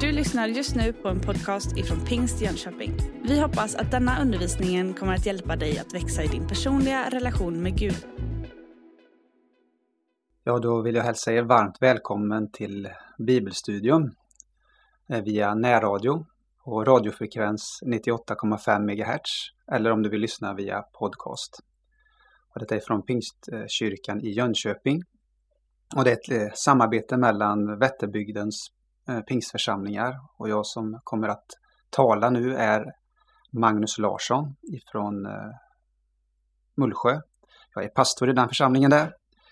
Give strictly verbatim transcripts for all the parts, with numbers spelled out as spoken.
Du lyssnar just nu på en podcast ifrån Pingst Jönköping. Vi hoppas att denna undervisning kommer att hjälpa dig att växa i din personliga relation med Gud. Ja, då vill jag hälsa er varmt välkommen till Bibelstudium via närradio och radiofrekvens nittioåtta komma fem megahertz eller om du vill lyssna via podcast. Och detta är från Pingstkyrkan i Jönköping och det är ett samarbete mellan Vätterbygdens pingstförsamlingar och jag som kommer att tala nu är Magnus Larsson ifrån Mullsjö. Jag är pastor i den församlingen där.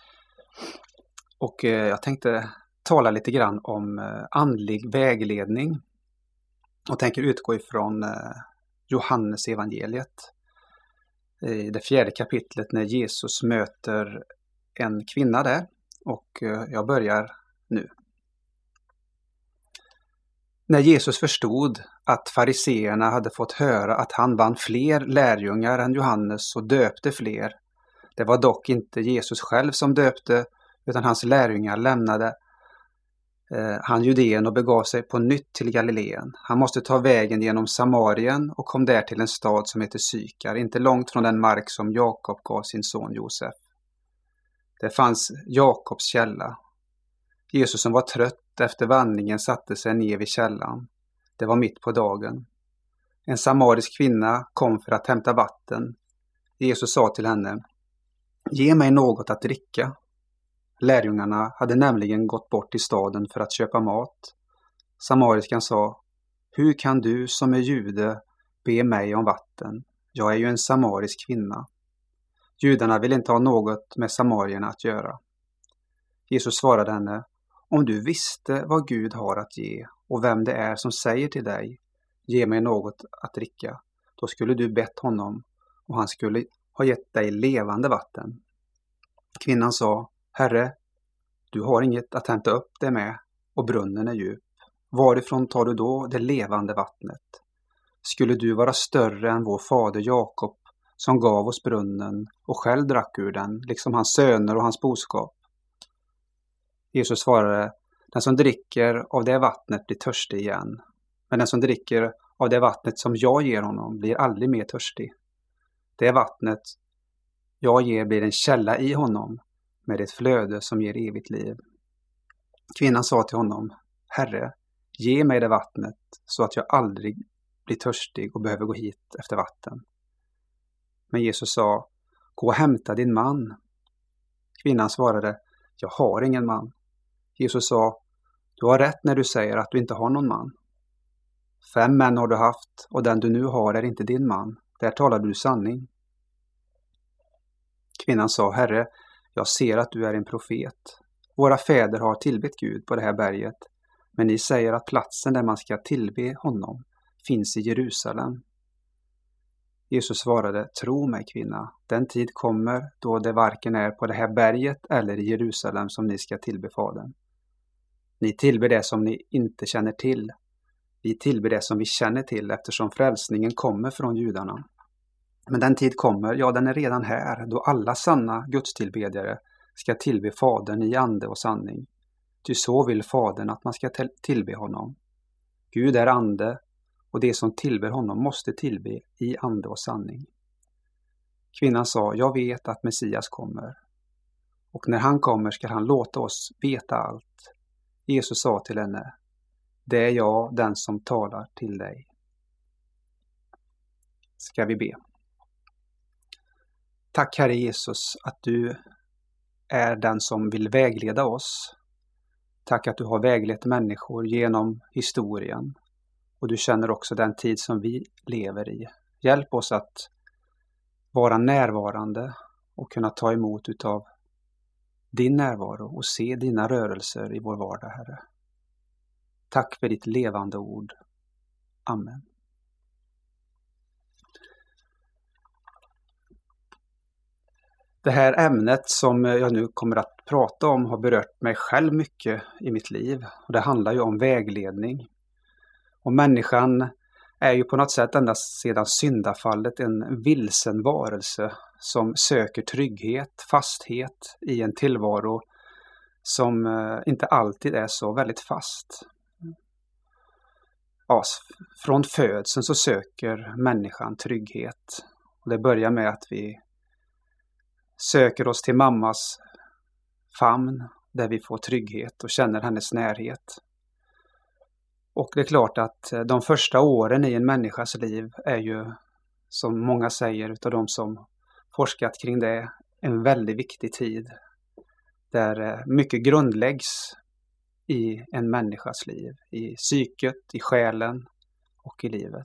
Och jag tänkte tala lite grann om andlig vägledning och tänker utgå ifrån Johannes evangeliet. I det fjärde kapitlet när Jesus möter en kvinna där och jag börjar nu. När Jesus förstod att fariseerna hade fått höra att han vann fler lärjungar än Johannes och döpte fler. Det var dock inte Jesus själv som döpte utan hans lärjungar lämnade eh, han Judeen och begav sig på nytt till Galileen. Han måste ta vägen genom Samarien och kom där till en stad som heter Sykar, inte långt från den mark som Jakob gav sin son Josef. Det fanns Jakobs källa. Jesus som var trött efter vandringen satte sig ner vid källan. Det var mitt på dagen. En samarisk kvinna kom för att hämta vatten. Jesus sa till henne: "Ge mig något att dricka." Lärjungarna hade nämligen gått bort till staden för att köpa mat. Samariskan sa: "Hur kan du som är jude be mig om vatten? Jag är ju en samarisk kvinna." Judarna vill inte ha något med samarierna att göra. Jesus svarade henne: "Om du visste vad Gud har att ge och vem det är som säger till dig, ge mig något att dricka, då skulle du bett honom och han skulle ha gett dig levande vatten." Kvinnan sa: "Herre, du har inget att hämta upp det med och brunnen är djup. Varifrån tar du då det levande vattnet? Skulle du vara större än vår fader Jakob som gav oss brunnen och själv drack ur den, liksom hans söner och hans boskap?" Jesus svarade: "Den som dricker av det vattnet blir törstig igen. Men den som dricker av det vattnet som jag ger honom blir aldrig mer törstig. Det vattnet jag ger blir en källa i honom med ett flöde som ger evigt liv." Kvinnan sa till honom: "Herre, ge mig det vattnet så att jag aldrig blir törstig och behöver gå hit efter vatten." Men Jesus sa: "Gå och hämta din man." Kvinnan svarade: "Jag har ingen man." Jesus sa: "Du har rätt när du säger att du inte har någon man. Fem män har du haft och den du nu har är inte din man. Där talar du sanning." Kvinnan sa: "Herre, jag ser att du är en profet. Våra fäder har tillbett Gud på det här berget, men ni säger att platsen där man ska tillbe honom finns i Jerusalem." Jesus svarade: "Tro mig, kvinna, den tid kommer då det varken är på det här berget eller i Jerusalem som ni ska tillbe Fadern. Ni tillber det som ni inte känner till. Vi tillber det som vi känner till eftersom frälsningen kommer från judarna. Men den tid kommer, ja den är redan här, då alla sanna gudstillbedjare ska tillbe Fadern i ande och sanning. Ty så vill Fadern att man ska tillbe honom. Gud är ande och det som tillber honom måste tillbe i ande och sanning." Kvinnan sa: "Jag vet att Messias kommer. Och när han kommer ska han låta oss veta allt." Jesus sa till henne: "Det är jag den som talar till dig." Ska vi be. Tack Herre Jesus att du är den som vill vägleda oss. Tack att du har väglett människor genom historien. Och du känner också den tid som vi lever i. Hjälp oss att vara närvarande och kunna ta emot utav din närvaro och se dina rörelser i vår vardag, Herre. Tack för ditt levande ord. Amen. Det här ämnet som jag nu kommer att prata om har berört mig själv mycket i mitt liv. Och det handlar ju om vägledning. Och människan är ju på något sätt ända sedan syndafallet en vilsen varelse som söker trygghet, fasthet i en tillvaro som inte alltid är så väldigt fast. ja, från födseln så söker människan trygghet. Och det börjar med att vi söker oss till mammas famn där vi får trygghet och känner hennes närhet. Och det är klart att de första åren i en människas liv är ju, som många säger utav de som forskat kring det, en väldigt viktig tid. Där mycket grundläggs i en människas liv, i psyket, i själen och i livet.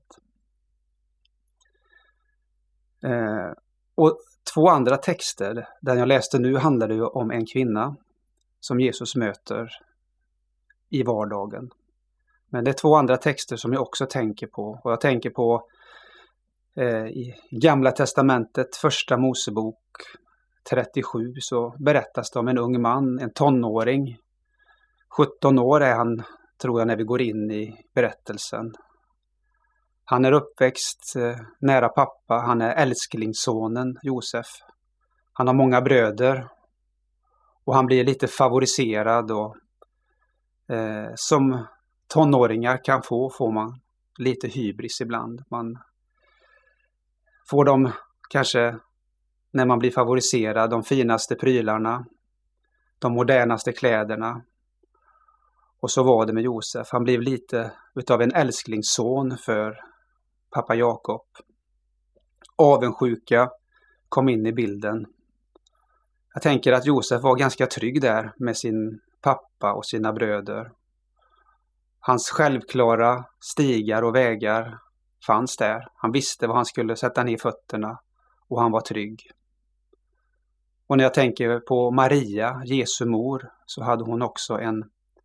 Eh, och två andra texter, den jag läste nu handlar ju om en kvinna som Jesus möter i vardagen. Men det är två andra texter som jag också tänker på. Och jag tänker på eh, i Gamla testamentet, första Mosebok trettiosju, så berättas det om en ung man, en tonåring. sjutton år är han, tror jag, när vi går in i berättelsen. Han är uppväxt eh, nära pappa, han är älsklingssonen Josef. Han har många bröder och han blir lite favoriserad och eh, som tonåringar kan få, får man lite hybris ibland. Man får de kanske, när man blir favoriserad, de finaste prylarna, de modernaste kläderna. Och så var det med Josef. Han blev lite utav en älsklingsson för pappa Jakob. Avundsjuka kom in i bilden. Jag tänker att Josef var ganska trygg där med sin pappa och sina bröder. Hans självklara stigar och vägar fanns där. Han visste var han skulle sätta ner fötterna och han var trygg. Och när jag tänker på Maria, Jesu mor, så hade hon också en,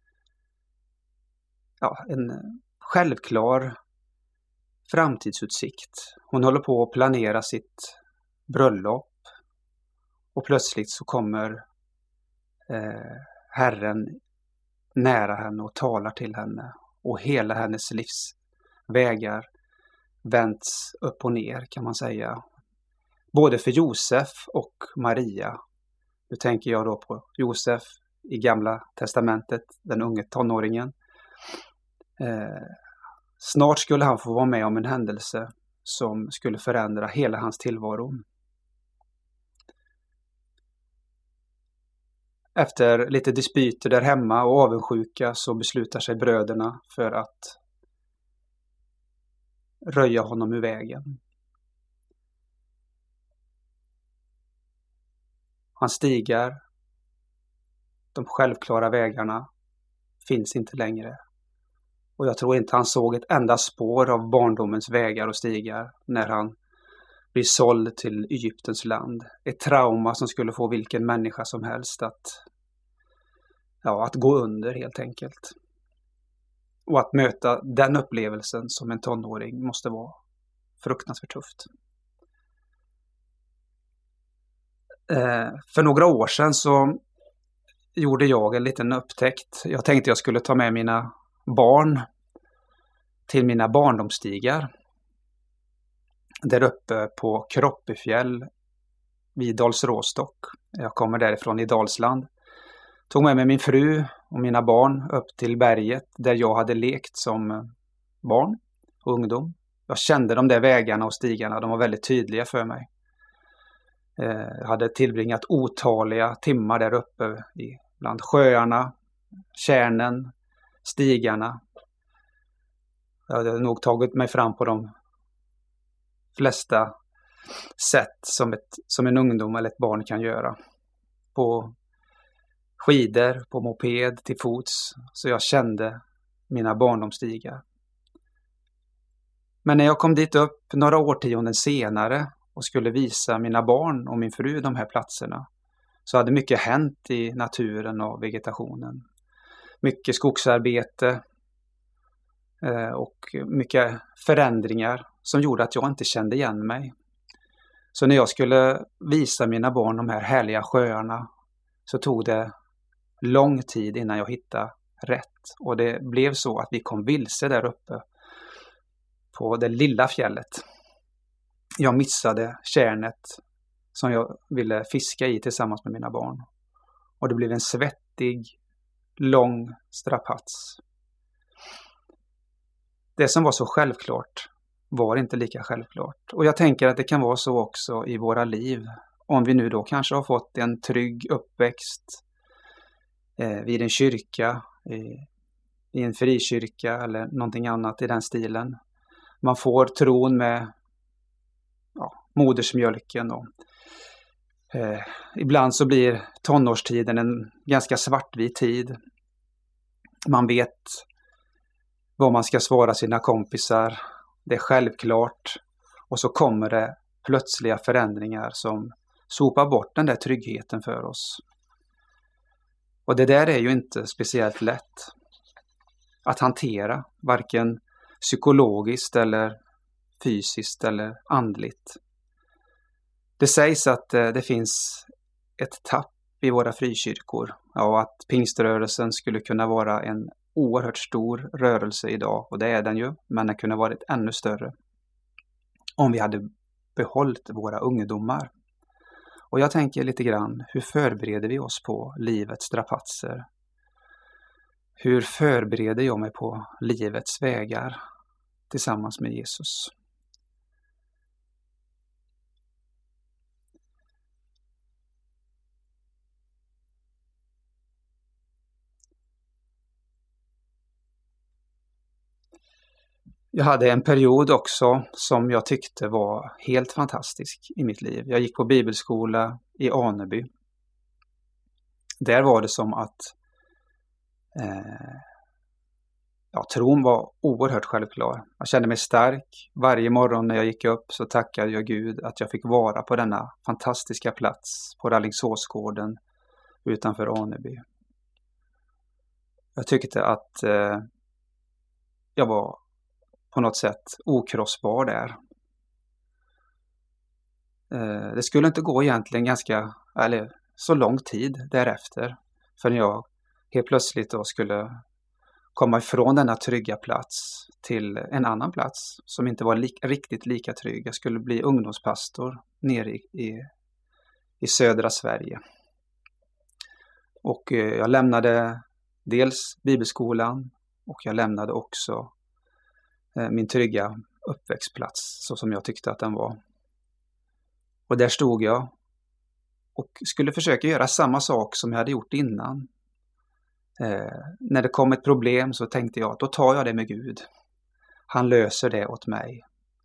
ja, en självklar framtidsutsikt. Hon håller på att planera sitt bröllop och plötsligt så kommer eh, Herren nära henne och talar till henne och hela hennes livsvägar vänds upp och ner, kan man säga. Både för Josef och Maria. Nu tänker jag då på Josef i Gamla testamentet, den unge tonåringen. Eh, snart skulle han få vara med om en händelse som skulle förändra hela hans tillvaro. Efter lite dispyter där hemma och avundsjuka så beslutar sig bröderna för att röja honom ur vägen. Han stigar, de självklara vägarna finns inte längre. Och jag tror inte han såg ett enda spår av barndomens vägar och stigar när han blir såld till Egyptens land. Ett trauma som skulle få vilken människa som helst att, ja, att gå under helt enkelt. Och att möta den upplevelsen som en tonåring måste vara fruktansvärt tufft. Eh, för några år sedan så gjorde jag en liten upptäckt. Jag tänkte jag skulle ta med mina barn till mina barndomsstigar. Där uppe på Kroppefjäll vid Dals Råstock. Jag kommer därifrån i Dalsland. Tog med mig min fru och mina barn upp till berget där jag hade lekt som barn och ungdom. Jag kände de där vägarna och stigarna, de var väldigt tydliga för mig. Jag hade tillbringat otaliga timmar där uppe bland sjöarna, kärnen, stigarna. Jag hade nog tagit mig fram på de flesta sätt som, ett, som en ungdom eller ett barn kan göra. På skidor, på moped, till fots. Så jag kände mina barndomsstigar. Men när jag kom dit upp några årtionden senare och skulle visa mina barn och min fru de här platserna, så hade mycket hänt i naturen och vegetationen. Mycket skogsarbete eh, och mycket förändringar som gjorde att jag inte kände igen mig. Så när jag skulle visa mina barn de här härliga sjöarna så tog det lång tid innan jag hittade rätt. Och det blev så att vi kom vilse där uppe på det lilla fjället. Jag missade kärnet som jag ville fiska i tillsammans med mina barn. Och det blev en svettig, lång strapats. Det som var så självklart var inte lika självklart. Och jag tänker att det kan vara så också i våra liv. Om vi nu då kanske har fått en trygg uppväxt eh, vid en kyrka, i, i en frikyrka eller någonting annat i den stilen. Man får tron med ja, modersmjölken. Och, eh, ibland så blir tonårstiden en ganska svartvit tid. Man vet vad man ska svara sina kompisar. Det är självklart. Och så kommer det plötsliga förändringar som sopar bort den där tryggheten för oss. Och det där är ju inte speciellt lätt att hantera, varken psykologiskt eller fysiskt eller andligt. Det sägs att det finns ett tapp i våra frikyrkor. Ja, och att pingströrelsen skulle kunna vara en oerhört stor rörelse idag. Och det är den ju, men den kunde varit ännu större om vi hade behållit våra ungdomar. Och jag tänker lite grann, hur förbereder vi oss på livets strapatser? Hur förbereder jag mig på livets vägar tillsammans med Jesus? Jag hade en period också som jag tyckte var helt fantastisk i mitt liv. Jag gick på bibelskola i Aneby. Där var det som att eh, ja, tron var oerhört självklar. Jag kände mig stark. Varje morgon när jag gick upp så tackade jag Gud att jag fick vara på denna fantastiska plats på Rallingsåsgården utanför Aneby. Jag tyckte att eh, jag var på något sätt okrossbar där. Eh, det skulle inte gå egentligen ganska, eller så lång tid därefter förrän jag helt plötsligt då skulle komma ifrån denna trygga plats till en annan plats som inte var li- riktigt lika trygg. Jag skulle bli ungdomspastor nere i, i, i södra Sverige. Och eh, jag lämnade dels bibelskolan och jag lämnade också eh, min trygga uppväxtplats så som jag tyckte att den var. Och där stod jag och skulle försöka göra samma sak som jag hade gjort innan. Eh, när det kom ett problem så tänkte jag att då tar jag det med Gud. Han löser det åt mig.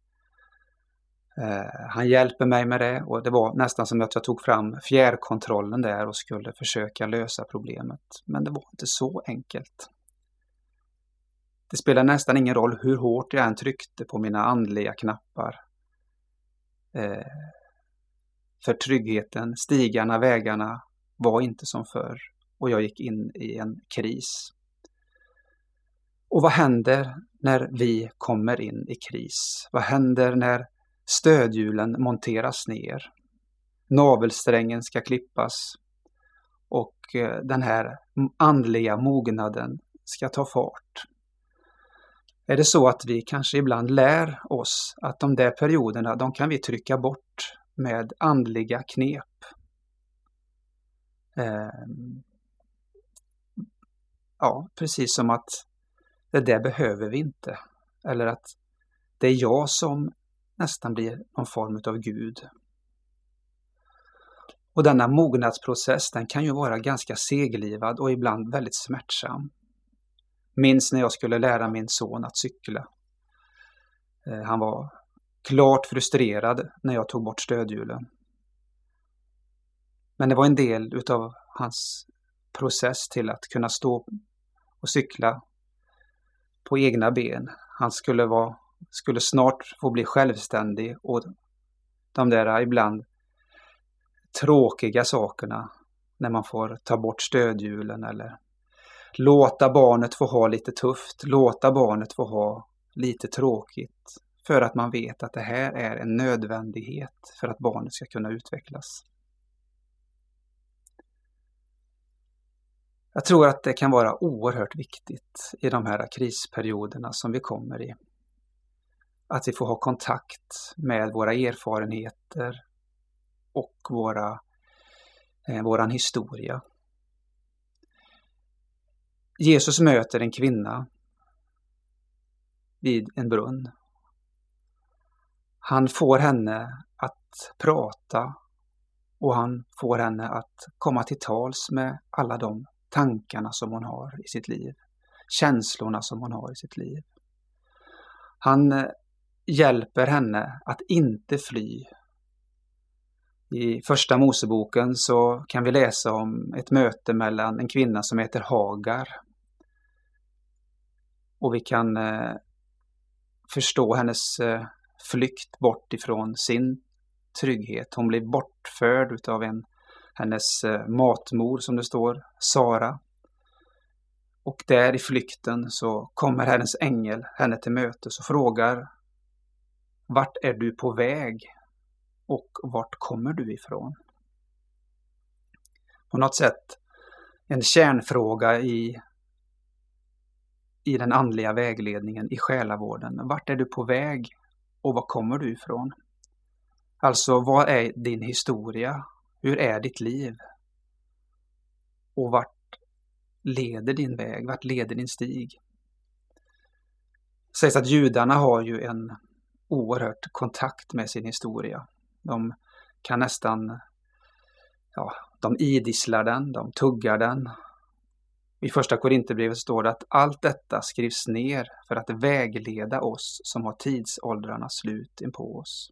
Eh, han hjälper mig med det och det var nästan som att jag tog fram fjärrkontrollen där och skulle försöka lösa problemet. Men det var inte så enkelt. Det spelar nästan ingen roll hur hårt jag än tryckte på mina andliga knappar. Eh, för tryggheten, stigarna, vägarna var inte som förr. Och jag gick in i en kris. Och vad händer när vi kommer in i kris? Vad händer när stödhjulen monteras ner? Navelsträngen ska klippas. Och den här andliga mognaden ska ta fart. Är det så att vi kanske ibland lär oss att de där perioderna, de kan vi trycka bort med andliga knep. Eh, Ja, precis som att det där behöver vi inte. Eller att det är jag som nästan blir någon form av Gud. Och denna mognadsprocess, den kan ju vara ganska seglivad och ibland väldigt smärtsam. Minns när jag skulle lära min son att cykla. Han var klart frustrerad när jag tog bort stödhjulen. Men det var en del utav hans process till att kunna stå och cykla på egna ben. Han skulle, vara, skulle snart få bli självständig och de där ibland tråkiga sakerna när man får ta bort stödhjulen eller låta barnet få ha lite tufft, låta barnet få ha lite tråkigt för att man vet att det här är en nödvändighet för att barnet ska kunna utvecklas. Jag tror att det kan vara oerhört viktigt i de här krisperioderna som vi kommer i. Att vi får ha kontakt med våra erfarenheter och våra, eh, våran historia. Jesus möter en kvinna vid en brunn. Han får henne att prata och han får henne att komma till tals med alla de tankarna som hon har i sitt liv, känslorna som hon har i sitt liv. Han hjälper henne att inte fly. I första Moseboken så kan vi läsa om ett möte mellan en kvinna som heter Hagar. Och vi kan eh, förstå hennes eh, flykt bort ifrån sin trygghet. Hon blir bortförd av en, hennes eh, matmor som det står, Sara. Och där i flykten så kommer Herrens ängel henne till mötes och frågar: vart är du på väg och vart kommer du ifrån? På något sätt en kärnfråga i, i den andliga vägledningen, i själavården. Vart är du på väg och var kommer du ifrån? Alltså, vad är din historia? Hur är ditt liv? Och vart leder din väg? Vart leder din stig? Det sägs att judarna har ju en oerhört kontakt med sin historia. De kan nästan, ja, de idisslar den, de tuggar den. I första Korinthierbrevet står det att allt detta skrivs ner för att vägleda oss som har tidsåldrarnas slut inpå oss.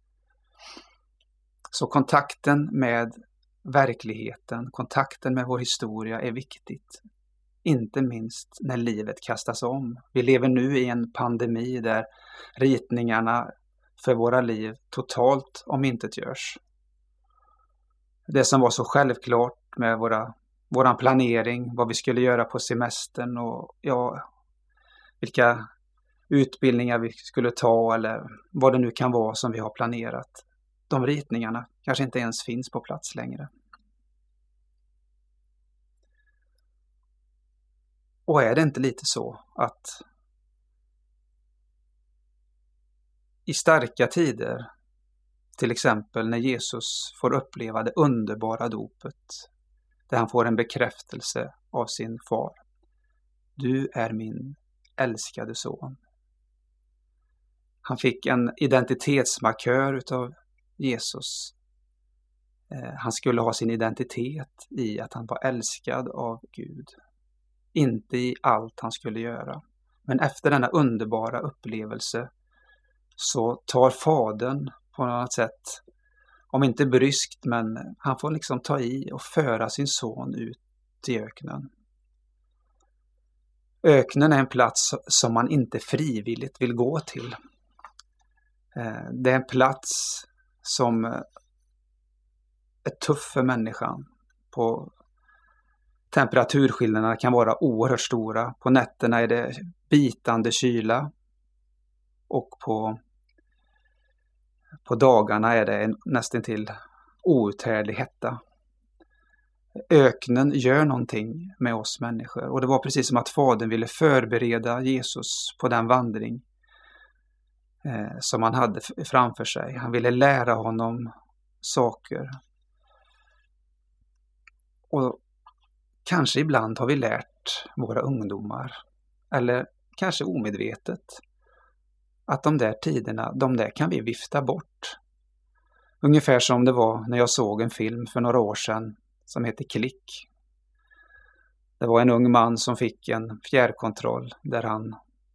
Så kontakten med verkligheten, kontakten med vår historia är viktigt. Inte minst när livet kastas om. Vi lever nu i en pandemi där ritningarna för våra liv totalt omintetgörs. Det som var så självklart med våra, våran planering, vad vi skulle göra på semestern och ja, vilka utbildningar vi skulle ta eller vad det nu kan vara som vi har planerat. De ritningarna kanske inte ens finns på plats längre. Och är det inte lite så att i starka tider, till exempel när Jesus får uppleva det underbara dopet, där han får en bekräftelse av sin far: du är min älskade son. Han fick en identitetsmarkör utav Jesus. Han skulle ha sin identitet i att han var älskad av Gud. Inte i allt han skulle göra. Men efter denna underbara upplevelse så tar fadern på något sätt, om inte bryskt, men han får liksom ta i och föra sin son ut i öknen. Öknen är en plats som man inte frivilligt vill gå till. Det är en plats som är tuff för människan. På temperaturskillnaderna kan vara oerhört stora. På nätterna är det bitande kyla och på, på dagarna är det en, nästan till outhärdlig hetta. Öknen gör någonting med oss människor, och det var precis som att fadern ville förbereda Jesus på den vandring eh, som han hade framför sig. Han ville lära honom saker. Och kanske ibland har vi lärt våra ungdomar, eller kanske omedvetet, att de där tiderna, de där kan vi vifta bort. Ungefär som det var när jag såg en film för några år sedan som heter Klick. Det var en ung man som fick en fjärrkontroll där han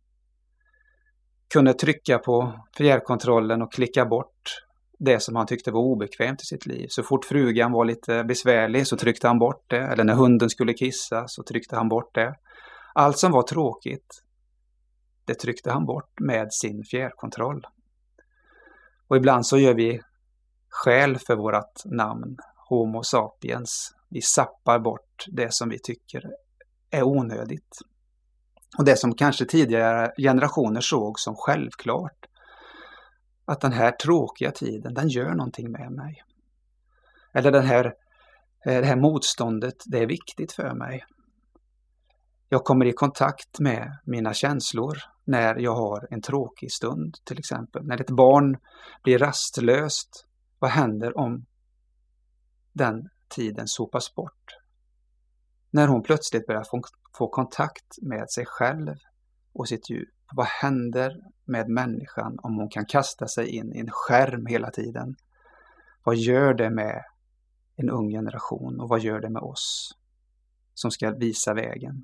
kunde trycka på fjärrkontrollen och klicka bort det som han tyckte var obekvämt i sitt liv. Så fort frugan var lite besvärlig så tryckte han bort det. Eller när hunden skulle kissa så tryckte han bort det. Allt som var tråkigt, det tryckte han bort med sin fjärrkontroll. Och ibland så gör vi skäl för vårt namn, Homo sapiens. Vi sappar bort det som vi tycker är onödigt. Och det som kanske tidigare generationer såg som självklart. Att den här tråkiga tiden, den gör någonting med mig. Eller den här, det här motståndet, det är viktigt för mig. Jag kommer i kontakt med mina känslor när jag har en tråkig stund, till exempel. När ett barn blir rastlöst, vad händer om den tiden sopas bort? När hon plötsligt börjar få, få kontakt med sig själv och sitt djup. Vad händer med människan om hon kan kasta sig in i en skärm hela tiden? Vad gör det med en ung generation och vad gör det med oss som ska visa vägen?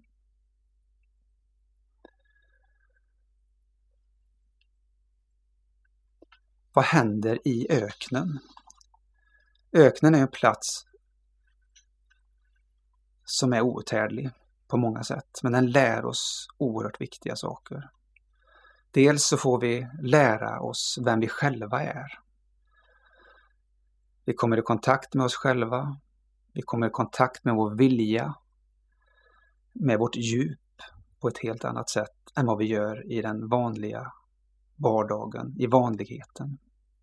Vad händer i öknen? Öknen är en plats som är outhärdlig på många sätt, men den lär oss oerhört viktiga saker. Dels så får vi lära oss vem vi själva är. Vi kommer i kontakt med oss själva. Vi kommer i kontakt med vår vilja, med vårt djup på ett helt annat sätt än vad vi gör i den vanliga vardagen, i vanligheten.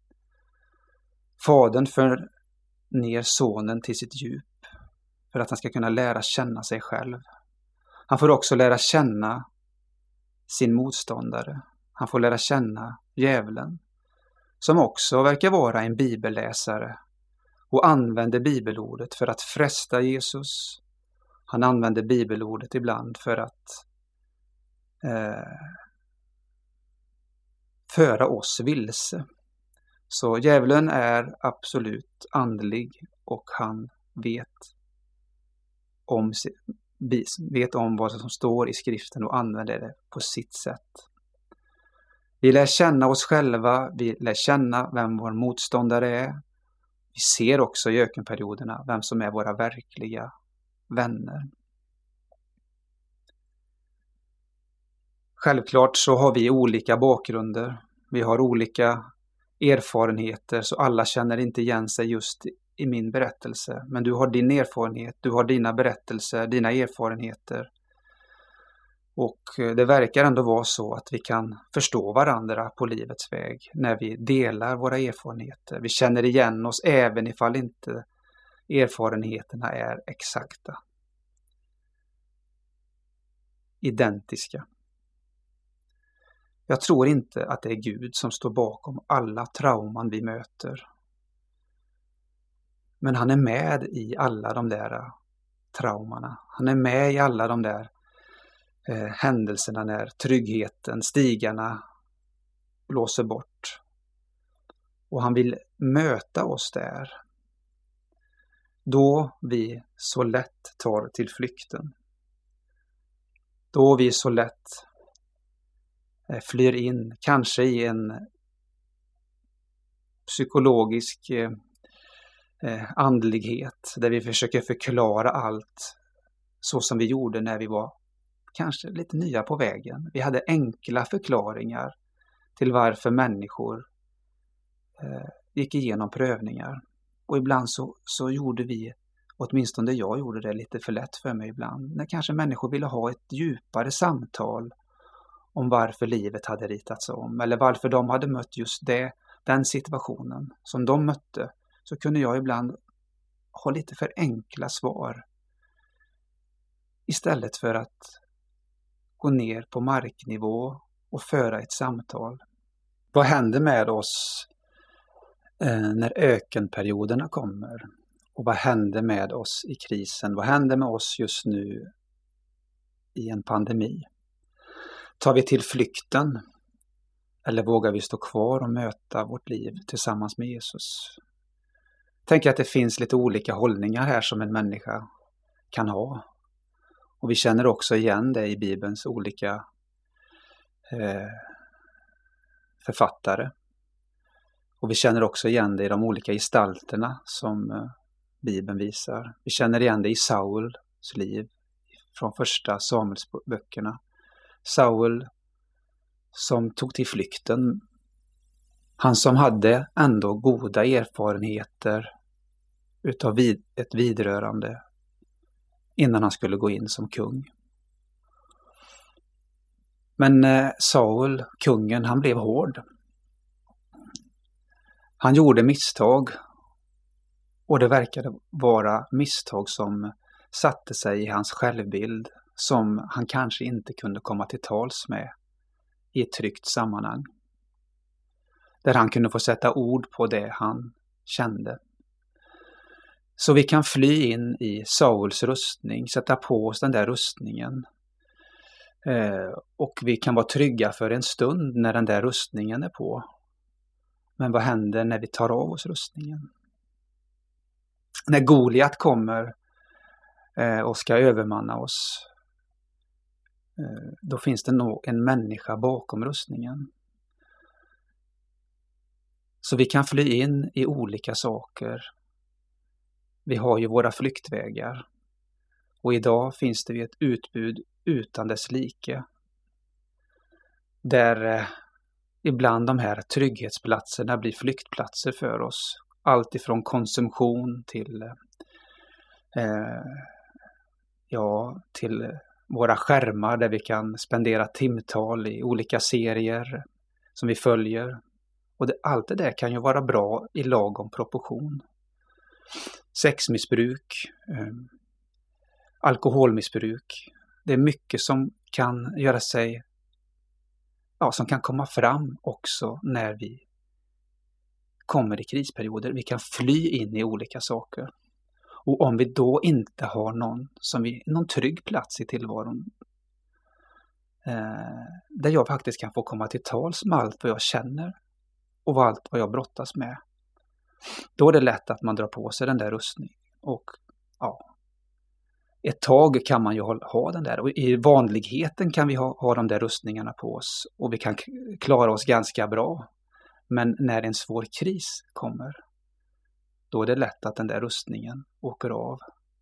Fadern för ner sonen till sitt djup för att han ska kunna lära känna sig själv. Han får också lära känna sin motståndare. Han får lära känna djävulen, som också verkar vara en bibelläsare och använder bibelordet för att fresta Jesus. Han använder bibelordet ibland för att eh, föra oss vilse. Så djävulen är absolut andlig och han vet om, vet om vad som står i skriften och använder det på sitt sätt. Vi lär känna oss själva, vi lär känna vem vår motståndare är. Vi ser också i ökenperioderna vem som är våra verkliga vänner. Självklart så har vi olika bakgrunder. Vi har olika erfarenheter, så alla känner inte igen sig just i min berättelse. Men du har din erfarenhet, du har dina berättelser, dina erfarenheter. Och det verkar ändå vara så att vi kan förstå varandra på livets väg när vi delar våra erfarenheter. Vi känner igen oss även ifall inte erfarenheterna är exakta. Identiska. Jag tror inte att det är Gud som står bakom alla trauman vi möter. Men han är med i alla de där traumorna. Han är med i alla de där eh, händelserna när tryggheten, stigarna blåser bort. Och han vill möta oss där. Då vi så lätt tar till flykten. Då vi så lätt flyr in, kanske i en psykologisk eh, andlighet där vi försöker förklara allt så som vi gjorde när vi var kanske lite nya på vägen. Vi hade enkla förklaringar till varför människor eh, gick igenom prövningar. Och ibland så, så gjorde vi, åtminstone jag gjorde det lite för lätt för mig ibland, när kanske människor ville ha ett djupare samtal om varför livet hade ritats om eller varför de hade mött just det, den situationen som de mötte, så kunde jag ibland ha lite för enkla svar istället för att gå ner på marknivå och föra ett samtal. Vad händer med oss eh, när ökenperioderna kommer? Och vad händer med oss i krisen? Vad händer med oss just nu i en pandemi? Tar vi till flykten eller vågar vi stå kvar och möta vårt liv tillsammans med Jesus? Tänk att det finns lite olika hållningar här som en människa kan ha. Och vi känner också igen det i Bibelns olika eh, författare. Och vi känner också igen det i de olika gestalterna som eh, Bibeln visar. Vi känner igen det i Sauls liv från första Samuelsböckerna. Saul som tog till flykten. Han som hade ändå goda erfarenheter utav vid, ett vidrörande innan han skulle gå in som kung. Men eh, Saul, kungen, han blev hård. Han gjorde misstag och det verkade vara misstag som satte sig i hans självbild som han kanske inte kunde komma till tals med i ett tryggt sammanhang. Där han kunde få sätta ord på det han kände. Så vi kan fly in i Sauls rustning, sätta på oss den där rustningen. Eh, och vi kan vara trygga för en stund när den där rustningen är på. Men vad händer när vi tar av oss rustningen? När Goliat kommer eh, och ska övermanna oss, eh, då finns det nog en människa bakom rustningen. Så vi kan fly in i olika saker. Vi har ju våra flyktvägar. Och idag finns det ett utbud utan dess like. Där eh, ibland de här trygghetsplatserna blir flyktplatser för oss. Allt ifrån konsumtion till, eh, ja, till våra skärmar där vi kan spendera timtal i olika serier som vi följer. Och det, allt det där kan ju vara bra i lagom proportion. Sexmissbruk, eh, alkoholmissbruk. Det är mycket som kan göra sig, ja, som kan komma fram också när vi kommer i krisperioder. Vi kan fly in i olika saker. Och om vi då inte har någon, som vi, någon trygg plats i tillvaron, eh, där jag faktiskt kan få komma till tals med allt vad jag känner och allt vad jag brottas med, då är det lätt att man drar på sig den där rustningen. Och ja, ett tag kan man ju ha, ha den där. Och i vanligheten kan vi ha, ha de där rustningarna på oss. Och vi kan klara oss ganska bra. Men när en svår kris kommer, då är det lätt att den där rustningen åker av.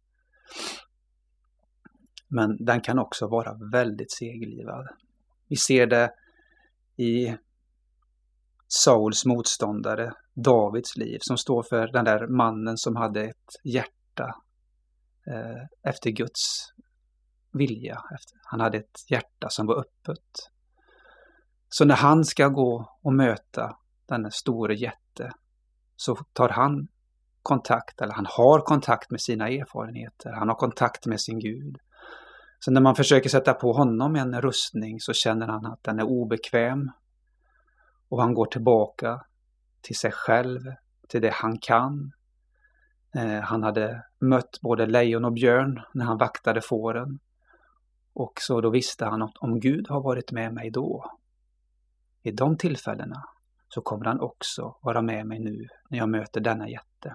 Men den kan också vara väldigt seglivad. Vi ser det i Sauls motståndare, Davids liv, som står för den där mannen som hade ett hjärta eh, efter Guds vilja. Han hade ett hjärta som var öppet. Så när han ska gå och möta den stora jätte, så tar han kontakt, eller han har kontakt med sina erfarenheter. Han har kontakt med sin Gud. Så när man försöker sätta på honom en rustning, så känner han att den är obekväm. Och han går tillbaka till sig själv, till det han kan. Eh, han hade mött både lejon och björn när han vaktade fåren. Och så då visste han att om Gud har varit med mig då, i de tillfällena, så kommer han också vara med mig nu när jag möter denna jätte.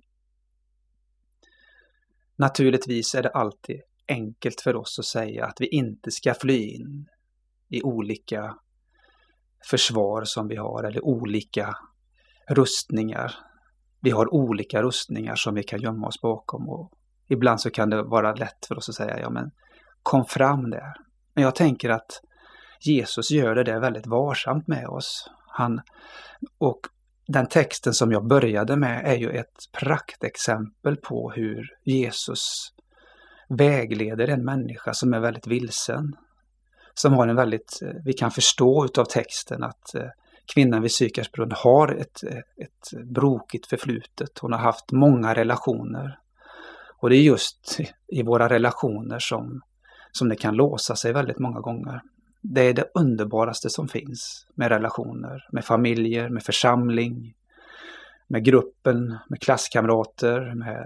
Naturligtvis är det alltid enkelt för oss att säga att vi inte ska fly in i olika försvar som vi har, eller olika rustningar. Vi har olika rustningar som vi kan gömma oss bakom, och ibland så kan det vara lätt för oss att säga, ja men kom fram där. Men jag tänker att Jesus gör det där väldigt varsamt med oss. Han, och den texten som jag började med är ju ett praktexempel på hur Jesus vägleder en människa som är väldigt vilsen. Som har en väldigt, vi kan förstå utav texten att kvinnan vid Sykars brunn har ett, ett brokigt förflutet. Hon har haft många relationer. Och det är just i våra relationer som, som det kan låsa sig väldigt många gånger. Det är det underbaraste som finns med relationer, med familjer, med församling, med gruppen, med klasskamrater, med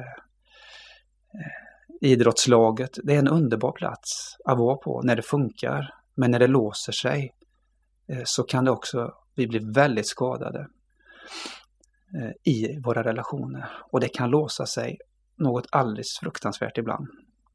eh, idrottslaget. Det är en underbar plats att vara på när det funkar. Men när det låser sig eh, så kan det också, vi bli väldigt skadade eh, i våra relationer. Och det kan låsa sig något alldeles fruktansvärt ibland.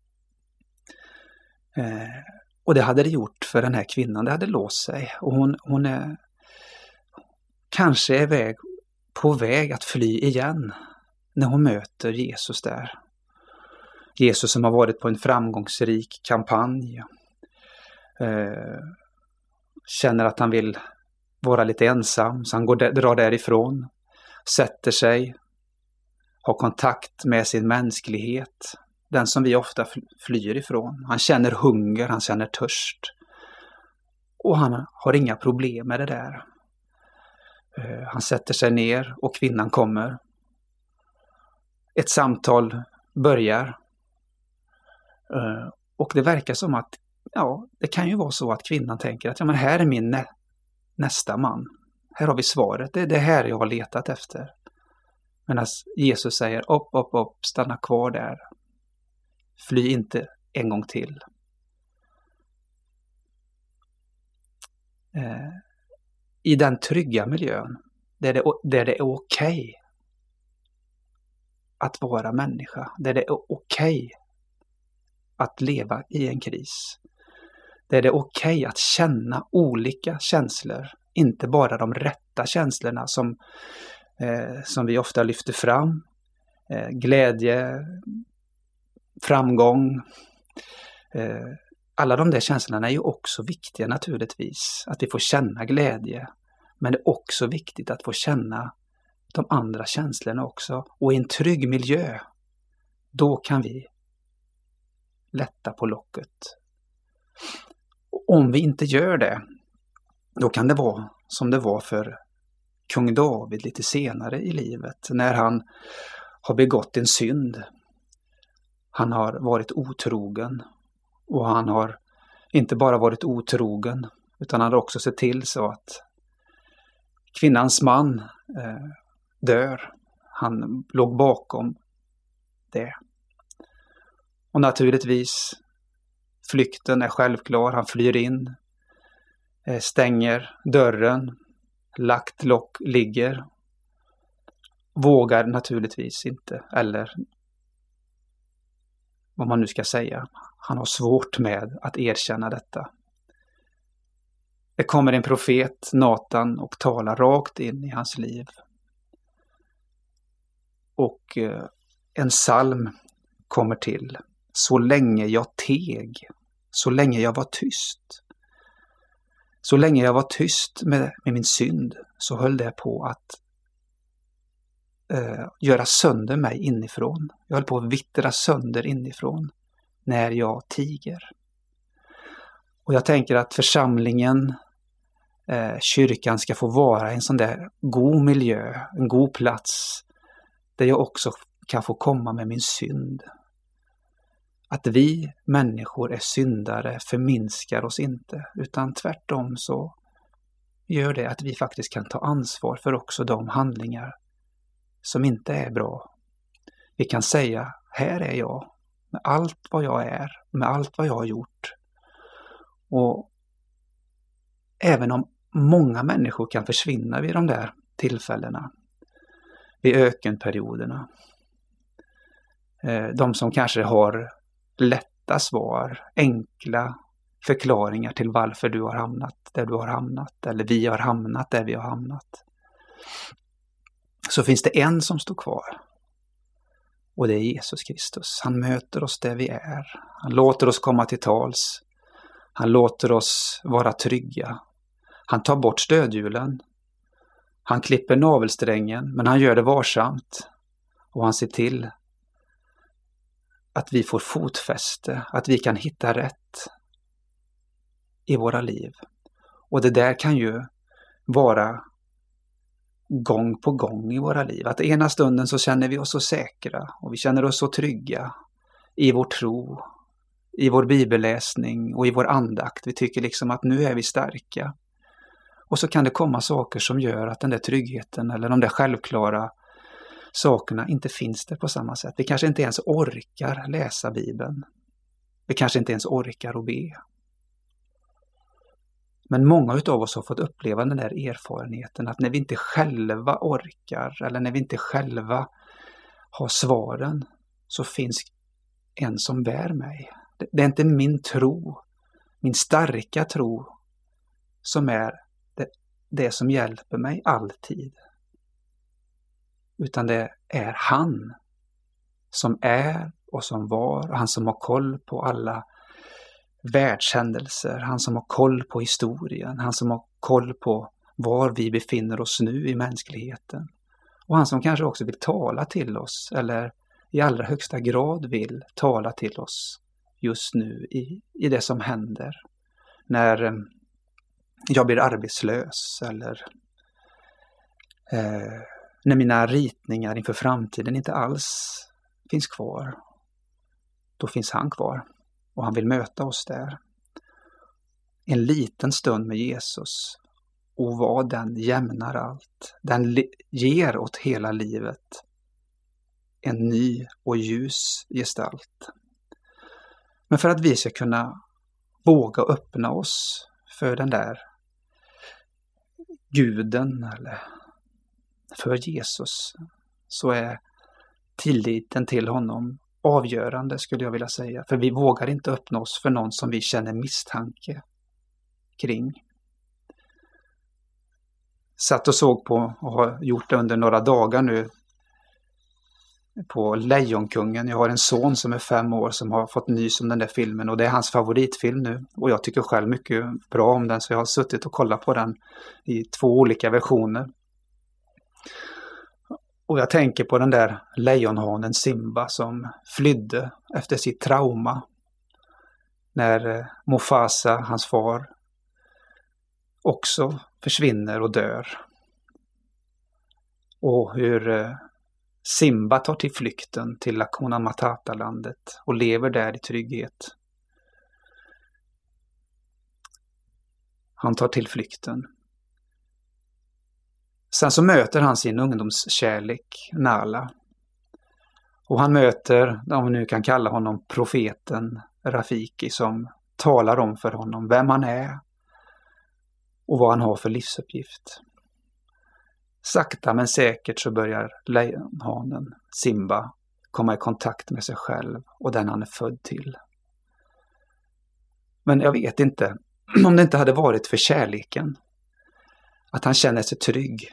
Eh, Och det hade det gjort för den här kvinnan. Det hade låst sig. Och hon, hon är kanske är väg, på väg att fly igen när hon möter Jesus där. Jesus som har varit på en framgångsrik kampanj. Eh, känner att han vill vara lite ensam. Så han går, drar därifrån. Sätter sig. Har kontakt med sin mänsklighet. Den som vi ofta flyr ifrån. Han känner hunger, han känner törst. Och han har inga problem med det där. Han sätter sig ner och kvinnan kommer. Ett samtal börjar. Och det verkar som att, ja, det kan ju vara så att kvinnan tänker att ja, men här är min nä- nästa man. Här har vi svaret, det är det här jag har letat efter. Men Jesus säger, upp, upp, upp, stanna kvar där. Fly inte en gång till. eh, i den trygga miljön där det, där det är okej att vara människa, där det är okej att leva i en kris, där det är okej att känna olika känslor, inte bara de rätta känslorna som, eh, som vi ofta lyfter fram, eh, glädje, framgång, eh, alla de där känslorna är ju också viktiga naturligtvis, att vi får känna glädje, men det är också viktigt att få känna de andra känslorna också, och i en trygg miljö, då kan vi lätta på locket. Och om vi inte gör det, då kan det vara som det var för kung David lite senare i livet, när han har begått en synd. Han har varit otrogen, och han har inte bara varit otrogen, utan han har också sett till så att kvinnans man eh, dör. Han låg bakom det. Och naturligtvis, flykten är självklar. Han flyr in, eh, stänger dörren, lagt lock ligger. Vågar naturligtvis inte, eller vad man nu ska säga. Han har svårt med att erkänna detta. Det kommer en profet, Natan, och talar rakt in i hans liv. Och eh, en psalm kommer till. Så länge jag teg, så länge jag var tyst. Så länge jag var tyst med, med min synd, så höll det på att eh, göra sönder mig inifrån. Jag höll på att vittra sönder inifrån när jag tiger. Och jag tänker att församlingen, eh, kyrkan ska få vara en sån där god miljö, en god plats där jag också kan få komma med min synd. Att vi människor är syndare förminskar oss inte, utan tvärtom så gör det att vi faktiskt kan ta ansvar för också de handlingar som inte är bra. Vi kan säga, här är jag, med allt vad jag är, med allt vad jag har gjort. Och även om många människor kan försvinna vid de där tillfällena, vid ökenperioderna, de som kanske har lätta svar, enkla förklaringar till varför du har hamnat där du har hamnat, eller vi har hamnat där vi har hamnat, så finns det en som står kvar, och det är Jesus Kristus. Han möter oss där vi är. Han låter oss komma till tals. Han låter oss vara trygga. Han tar bort stödhjulen. Han klipper navelsträngen, men han gör det varsamt. Och han ser till att vi får fotfäste, att vi kan hitta rätt i våra liv. Och det där kan ju vara gång på gång i våra liv. Att ena stunden så känner vi oss så säkra och vi känner oss så trygga i vår tro, i vår bibelläsning och i vår andakt. Vi tycker liksom att nu är vi starka. Och så kan det komma saker som gör att den där tryggheten eller de där självklara sakerna inte finns där på samma sätt. Vi kanske inte ens orkar läsa Bibeln. Vi kanske inte ens orkar att be. Men många av oss har fått uppleva den där erfarenheten att när vi inte själva orkar eller när vi inte själva har svaren, så finns en som bär mig. Det är inte min tro, min starka tro, som är det, det som hjälper mig alltid. Utan det är han som är och som var, och han som har koll på alla världshändelser, han som har koll på historien, han som har koll på var vi befinner oss nu i mänskligheten. Och han som kanske också vill tala till oss, eller i allra högsta grad vill tala till oss just nu i, i det som händer. När jag blir arbetslös, eller eh, när mina ritningar inför framtiden inte alls finns kvar. Då finns han kvar. Och han vill möta oss där. En liten stund med Jesus. Och vad den jämnar allt. Den ger åt hela livet en ny och ljus gestalt. Men för att vi ska kunna våga öppna oss för den där guden eller för Jesus så är tilliten till honom avgörande, skulle jag vilja säga. För vi vågar inte öppna oss för någon som vi känner misstanke kring. Satt och såg på och har gjort det under några dagar nu på Lejonkungen. Jag har en son som är fem år som har fått nys om den där filmen och det är hans favoritfilm nu. Och jag tycker själv mycket bra om den så jag har suttit och kollat på den i två olika versioner. Och jag tänker på den där lejonhanen Simba som flydde efter sitt trauma. När Mufasa, hans far, också försvinner och dör. Och hur Simba tar till flykten till Hakuna Matata-landet och lever där i trygghet. Han tar till flykten. Sen så möter han sin ungdomskärlek, Nala. Och han möter, om vi nu kan kalla honom profeten Rafiki, som talar om för honom vem han är och vad han har för livsuppgift. Sakta men säkert så börjar lejonhanen Simba komma i kontakt med sig själv och den han är född till. Men jag vet inte om det inte hade varit för kärleken. Att han känner sig trygg.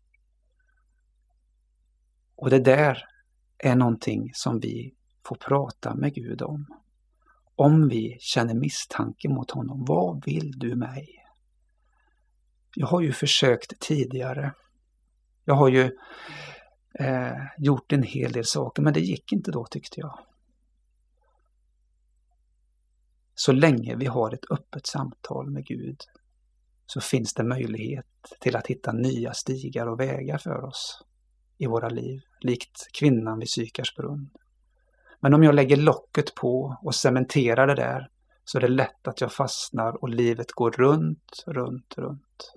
Och det där är någonting som vi får prata med Gud om. Om vi känner misstanke mot honom. Vad vill du mig? Jag har ju försökt tidigare. Jag har ju eh, gjort en hel del saker, men det gick inte då tyckte jag. Så länge vi har ett öppet samtal med Gud så finns det möjlighet till att hitta nya stigar och vägar för oss i våra liv, likt kvinnan vid Sykars brunn. Men om jag lägger locket på och cementerar det där så är det lätt att jag fastnar och livet går runt, runt, runt.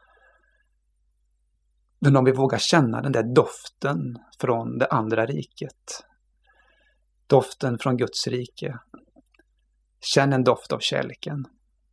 Men om vi vågar känna den där doften från det andra riket, doften från Guds rike, känn en doft av kärleken.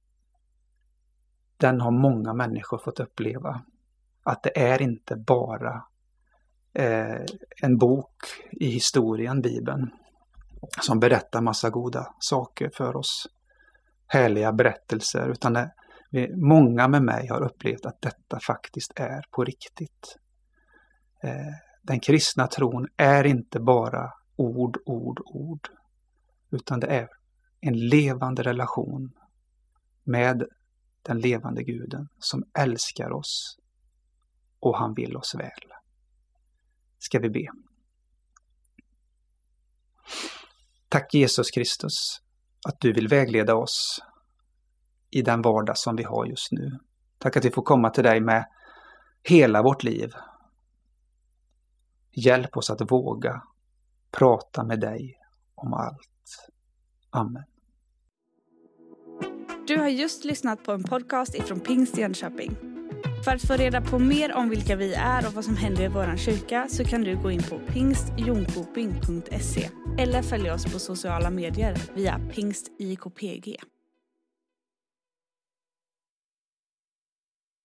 Den har många människor fått uppleva. Att det är inte bara eh, en bok i historien, Bibeln, som berättar massa goda saker för oss. Härliga berättelser, utan det, många med mig har upplevt att detta faktiskt är på riktigt. Eh, den kristna tron är inte bara ord, ord, ord, utan det är en levande relation med den levande guden som älskar oss och han vill oss väl. Ska vi be. Tack Jesus Kristus att du vill vägleda oss i den vardag som vi har just nu. Tack att vi får komma till dig med hela vårt liv. Hjälp oss att våga prata med dig om allt. Amen. Du har just lyssnat på en podcast ifrån Pingst Jönköping. För att få reda på mer om vilka vi är och vad som händer i vår kyrka så kan du gå in på pingst jonkoping punkt se eller följa oss på sociala medier via pingst I K P G.